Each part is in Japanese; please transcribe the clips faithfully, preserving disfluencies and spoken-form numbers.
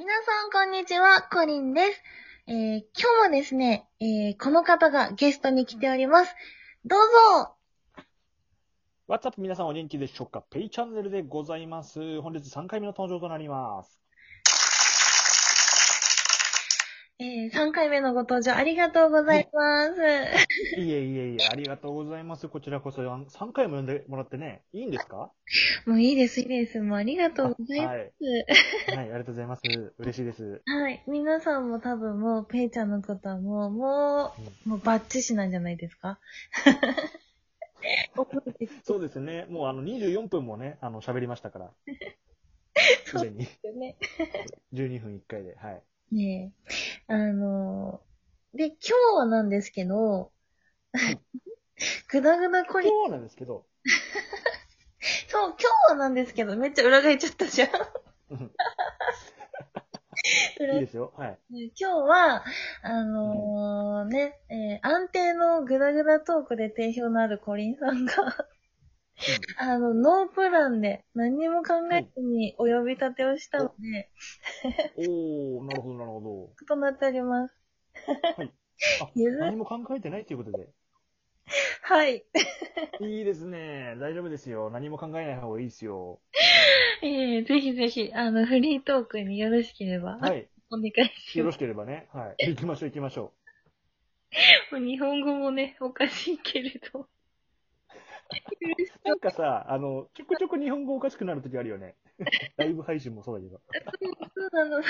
皆さん、こんにちは。コリンです。えー、今日もですね、えー、この方がゲストに来ております。どうぞ。 What's up 皆さんお元気でしょうか？ペイチャンネルでございます。本日さんかいめの登場となります。 えー、さんかいめのご登場ありがとうございます。 あ、いえいえいえ、ありがとうございます。こちらこそさんかいも呼んでもらってね、いいんですか？ もういいです、いいです。もうありがとうあ、 ございまはい。 す。 はい、ありがとうございます。嬉しいです。 はい。皆さんも多分もう、ペイちゃんのことはもう、もうん、 う、もうバッチシなんじゃないですか？覚えてきて。 そうですね。もうあのにじゅうよんぷんもね、あの喋りましたから、すそうででに。 すよね。 じゅうにふんいっかいで。はい。 ねえ。あのー、で、今日はなんですけど、 はい。 グダグダコリン、 今日なんですけど、 そう、今日はなんですけど、めっちゃ裏返っちゃったじゃん。 うんいい裏ですよ。はい。 今日は、あうん。 のーね、えー安定のグダグダトークで定評のあるコリンさんが、 うん。 あの、ノープランで何にも考はい。 えずにお呼び立てをしたのお、 で、 おー、なるほど、なるほど。 となっております。 はい。あ、 ゆず、 何も考えてないということで。 はい。 いいですね。大丈夫ですよ。何も考えない方がいいですよ。 えー、ぜひぜひ、あの、フリートークによろしければ、 はい。 お願いします。 よろしければね。はい。行きましょう、行きましょもう日本語もね、おかしいけれど。 う。なんかさ、あの、ちょくちょく日本語おかしくなるときあるよね。ライブ配信もそうだけど。 そうなの。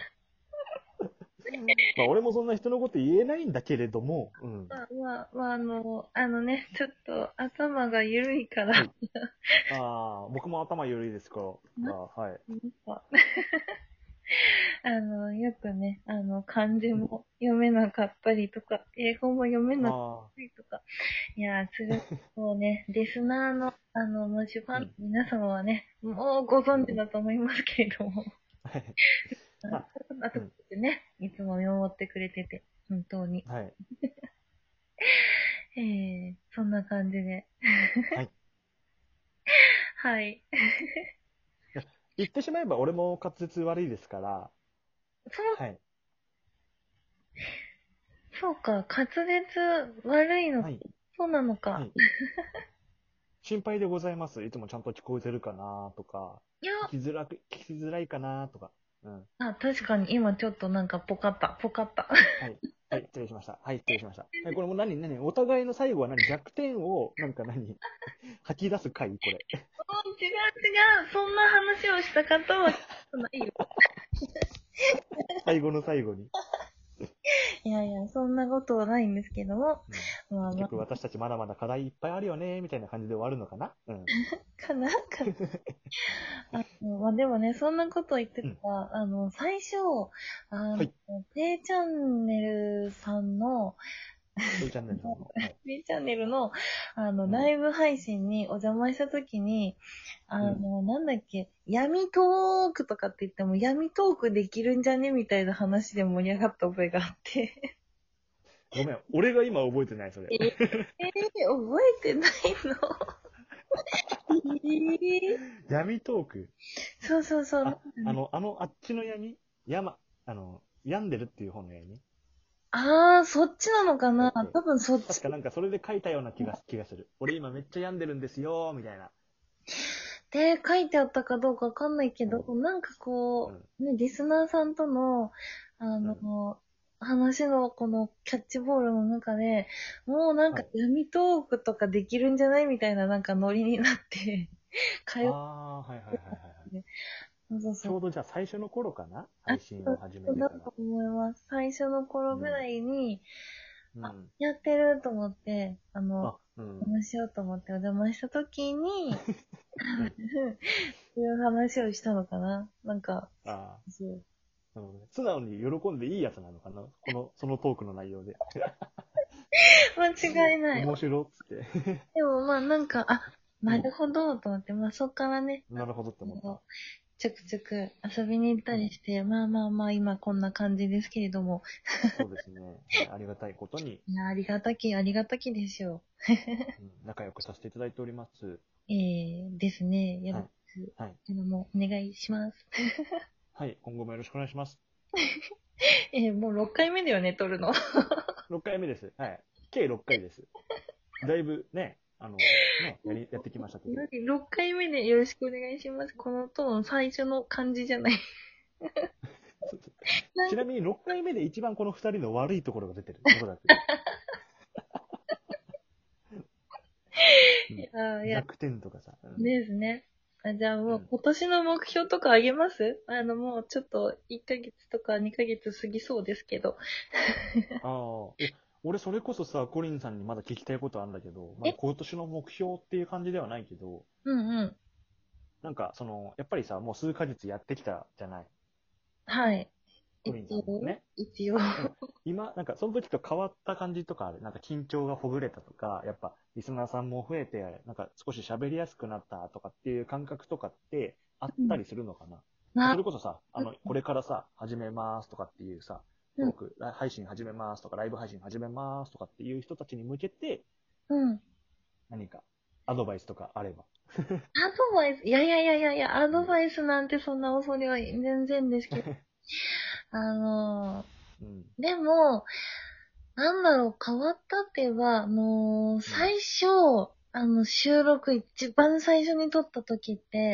まあ、俺もそんな人のこと言えないんだけれども、うん。 まあ、まあ、まあ、あの、あのね、ちょっと頭が緩いから、 はい。ああ、僕も頭緩いですから、 なはい。 んかあの、よくね、あの、漢字も読めなかったりとか、英語も読めなかっあたりとか、いやー、する、もうね、リスナーの、あの、もしフあ、 ァンのうん。 皆様はね、もうごうん。 存知だと思いますけれども、 はい。 あまあ、 あとうん。 でね、いつも見守ってくれてて、本当に。 はい。 えー、そんな感じで。 はい。いはい。 や、言ってしまえば俺も滑舌悪いですから、 そう、 はい。 そうか、滑舌悪いの、 はい。 そうなのか。 はい。心配でございます。いつもちゃんと聞こえてるかなとか、 いや、 聞きづらく、聞きづらいかなとか。うん。 あ、確かに今ちょっとなんかポカった、ポカった。 はい。はい、失礼しました。はい、失礼しました。はい、これも何、何、お互いの最後は何、弱点を、なんか何、吐き出す回これ。 うん違う違う。そんな話をした方はないよ。 最後の最後に。 いやいや、そんなことはないんですけども。 うん。 まあまあ、 結局私たちまだまだ課題いっぱいあるよね、みたいな感じで終わるのかな。うん。 かなかな。あの、まあでもね、そんなこと言ってうん。 たら、あの、最初、あの、 はい。 ペイチャンネルさんの、 ペイチャンネルさんの。はい。 ペイチャンネルの、あの、 うん。 ライブ配信にお邪魔したときに、あうん。 の、なんだっけ、闇トークとかって言っても、闇トークできるんじゃねみたいな話で盛り上がった覚えがあって。 ごめん。俺が今覚えてない、それ。 えー、覚えてないの？えー、 闇トーク。 そうそうそう。なんあ、 かね、 あの、あの、あっちの闇山、あの、病んでるっていう本の闇。 あー、そっちなのかな？ オッケー。 多分そっち。 確かなんかそれで書いたような気が、気がする。俺今めっちゃ病んでるんですよ、みたいな。 で、書いてあったかどうかわかんないけど、 うん。 なんかこうん。 う、ね、リスナーさんとの、あうん。 の、話のこのキャッチボールの中で、もうなんかはい。 闇トークとかできるんじゃないみたいななんかノリになって、通ってあー、はいはいはいはいはい。 て、そうそうそう。 ちょうどじゃあ最初の頃かな、 あ、 配信を始めそうてから。 だと思います。最初の頃ぐらうん。 いに、あ、 うん。 やってると思って、あの、 あ、うん。 話しようと思ってお邪魔したときに、 うん。 そういう話をしたのかななんか、 あそう。 ー、なるほどね。素直に喜んでいいやつなのかな、この、そのトークの内容で。 間違いない。 面白っつって。 でもまあなんか、あ、 うん。 なるほど、と思って、まあそっからね、あなるほどって思った。 の、ちょくちょく遊びに行ったうん。 りして、まあまあまあ今こんな感じですけれども、 そうですね。はい。ありがたいことに、 いや、ありがたき、ありがたきですよ。 うん、仲良くさせていただいております。 えー、ですね。よろしはい。 く、 はい。 あの、もうお願いします。 はい、今後もよろしくお願いします。 え、もうろっかいめだよね、撮るの。 ろっかいめです。はい。計ろっかいです。だいぶね、あの、ね、やり、やってきましたけど。 ろっかいめでよろしくお願いします。このトーン、最初の感じじゃない。なんか、 ちなみにろっかいめで一番このふたりの悪いところが出てる。おそらく。ういん、 や、いや、 弱点とかさ。うん。 ですね。あ、じゃあもううん、 今年の目標とかあげます？あのもうちょっといっかげつとかにかげつ過ぎそうですけど。 ああ、え、俺それこそさ、コリンさんにまだ聞きたいことあるんだけど、まだえ、 今年の目標っていう感じではないけど、 うんうん。 なんかその、やっぱりさ、もう数ヶ月やってきたじゃない、 はい。一コリンさんも応、 ね。 一応。 うん。今、なんかその時と変わった感じとかある。なんか緊張がほぐれたとか、やっぱリスナーさんも増えて、なんか少し喋りやすくなったとかっていう感覚とかってあっうん。 たりするのかな。そな、 れこそさ、あの、これからさ、始めますとかっていうさ、 うん、 トーク、ラ配信始めますとか、ライブ配信始めますとかっていう人たちに向けて、 うん。 何かアドバイスとかあれば。 アドバイス、いやいやいやいやいや、アドうん。 バイスなんてそんな恐れは全然ですけど。あのうん。 ー、でも、なんだろう、変わったって言えば、あのー、 うん。 最初、あの、収録一番最初に撮った時って、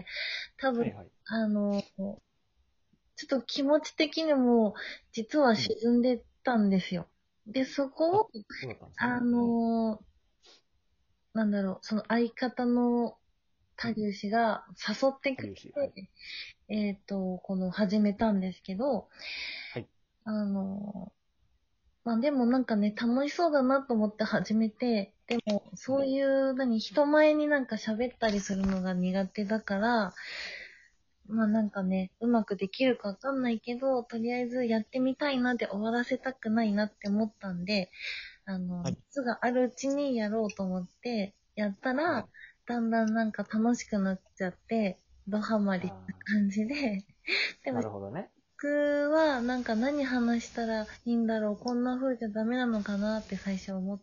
多分、 はいはい。 あのー、ちょっと気持ち的にも、実はうん。 沈んでたんですよ。で、そこあ、 を、 そうだったんですあね。うん。 のー、なんだろう、その相方のうん。 タリウシが誘ってくれ有吉。はい。 て、えっと、この始めたんですけど、 はい。 あの、まあでもなんかね、楽しそうだなと思って始めて、でもうん。 そういう、何、人前になんか喋ったりするのが苦手だから、まあなんかね、うまくできるかわかんないけど、とりあえずやってみたいなって終わらせたくないなって思ったんで、あの、 はい。 熱があるうちにやろうと思って、やったら、 うん。 だんだんなんか楽しくなっちゃって、ドハマりしたあ感じで、であ、 もなるほどね。 僕はなんか何話したらいいんだろう、こんな風じゃダメなのかなって最初思って、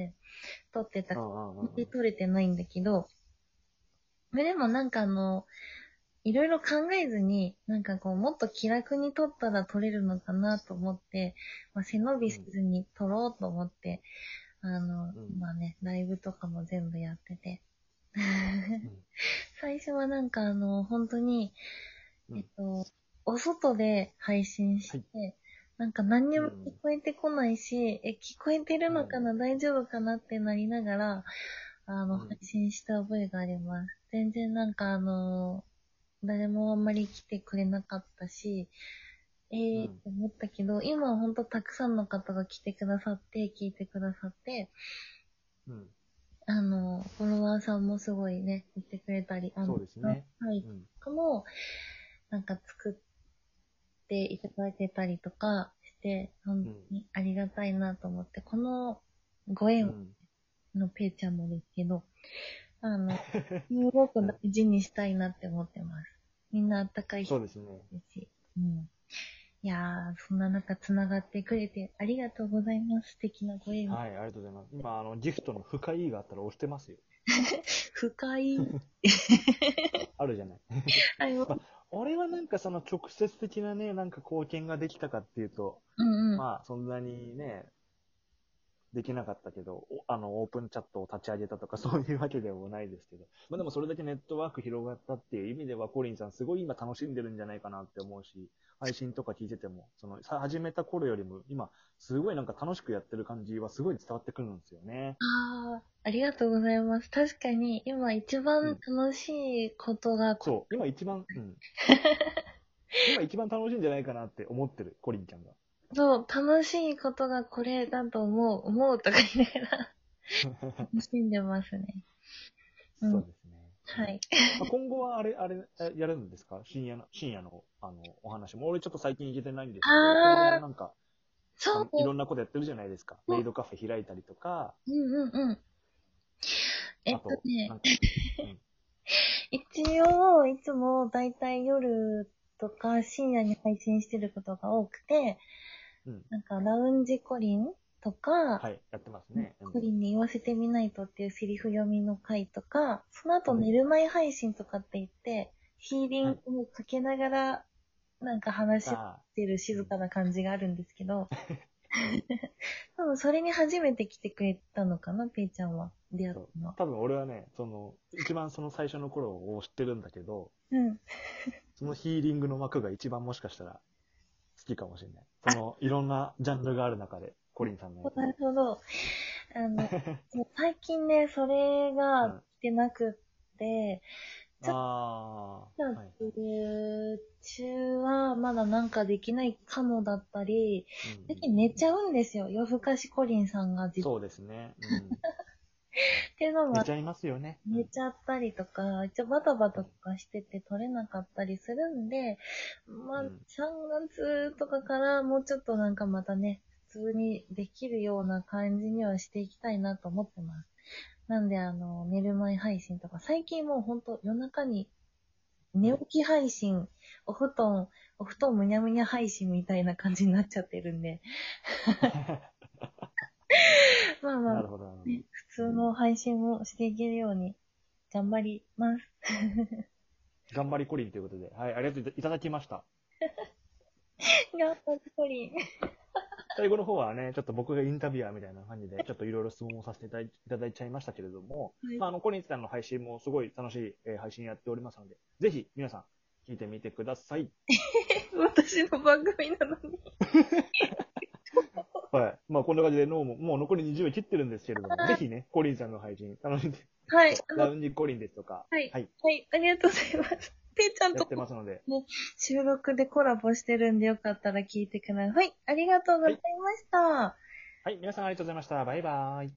撮ってた、 うんうんうんうん。 で撮れてないんだけど、でもなんかあの、いろいろ考えずに、なんかこう、もっと気楽に撮ったら撮れるのかなと思って、まあ、背伸びせうん。 ずに撮ろうと思って、あの、 うん。 今ね、ライブとかも全部やってて。 うん。 最初はなんかあの、本当に、 うん。 えっと、お外で配信しはい。 て、なんか何にも聞うん。 こえてこないし、え、聞こえてるうん。 のかな大丈夫かなってなりながら、あの、配うん。 信した覚えがあります。全然なんかあの、誰もあんまり来てくれなかったし、えうん。 ーって思ったけど、今はほんとたくさんの方が来てくださって、聞いてくださって、 うん。 あの、フォロワーさんもすごいね、言ってくれたり、あの、 そうですね。 はい、 うん。 とかも、なんか作っていただけたりとかして、本うん。 当にありがたいなと思って、このご縁うん。 のペイちゃんもですけど、あの、すごくうん。 大事にしたいなって思ってます。みんなあったかい人そうですね。 ですし。うん。いやー、そんな中繋がってくれてありがとうございます。素敵なご縁を。 はい、ありがとうございます。今、あの、ギフトの深いがあったら押してますよ。 深い。 あるじゃない。 あれも、 まあ、俺はなんかその直接的なね、なんか貢献ができたかっていうと、 うんうん。 まあ、そんなにね、できなかったけど、おあの、オープンチャットを立ち上げたとかそういうわけでもないですけど、まあでもそれだけネットワーク広がったっていう意味では、コリンさんすごい今楽しんでるんじゃないかなって思うし、配信とか聞いてても、その、さ始めた頃よりも今、すごいなんか楽しくやってる感じはすごい伝わってくるんですよね。 ああ、ありがとうございます。確かに、今一番うん。 楽しいことがこ、 そう、今一番、うん。今一番楽しいんじゃないかなって思ってる、コリンちゃんが。 そう、楽しいことがこれだと思う、思うとか言いながら楽しんでますね。うん。 そうですね。うん。 はい。 まあ、今後はあれ、あれ、えやるんですか？深夜の、深夜の、あの、お話も。俺ちょっと最近行けてないんですけど、今後ああ、 もなんか、 そう、 たいろんなことやってるじゃないですか。 そう、 メイドカフェ開いたりとか、 うんうんうん。えっあと、 とね、 なんか、うん。 一応、いつもだいたい夜とか深夜に配信してることが多くて、 うん。 なんか、ラウンジコリンとか、 はい、やってますね。うん。 コリンに言わせてみないとっていうセリフ読みの回とか、その後うん。 寝る前配信とかって言って、ヒーリンはい。 グをかけながらなんか話しあてる静かな感じがあるんですけど、多分それに初めて来てくれたのかな、ペイちゃんは。出会っそうたのは。 多分俺はね、その、一番その最初の頃を知ってるんだけど、 うん。 そのヒーリングの枠が一番もしかしたら好きかもしれない。そあ、 の、いろんなジャンルがある中で、コリンさんのやつなで。 るほど。あの、そう最近ね、それがうん。 来てなくって、ちょっああ、 と、 はいはい。 中中はまだなんかできないかもだったり、 うんうん最近寝ちゃうんですよ。夜更かしコリンさんが実っそうですね。うん。 ていうのも寝ちゃいますよね。うん。 寝ちゃったりとか、一応バタバタとかしてて取れなかったりするんで、まあ、 うん。 さんがつとかからもうちょっとなんかまたね、普通にできるような感じにはしていきたいなと思ってます。なんであの、寝る前配信とか、最近もうほんと夜中に寝起き配信、お布団、お布団むにゃむにゃ配信みたいな感じになっちゃってるんで、まあまあ、 なるほど、なるほど。 ね、普通の配信もしていけるように頑張ります。 頑張りコリンということで、はい、ありがとういただきました。 頑張りコリン。 最後の方はね、ちょっと僕がインタビュアーみたいな感じで、ちょっといろいろ質問をさせていただいいただいちゃいましたけれども、 はい。 まあ、あの、コリンさんの配信もすごい楽しい、えー配信やっておりますので、ぜひ皆さん聞いてみてください。 私の番組なのに。 はい。まあ、こんな感じで脳ももう残りにじゅうびょう切ってるんですけれども、ぜひね、コリンさんの配信楽しんで、 はい。 そうあの、 ラウンジコリンですとか、 はい。 はい、 はい。ありがとうございます。ペイちゃんやってとね、 ますので、 収録でコラボしてるんでよかったら聞いてください。はい。ありがとうございはい。 ました。 はい、皆さんありがとうございました。バイバーイ。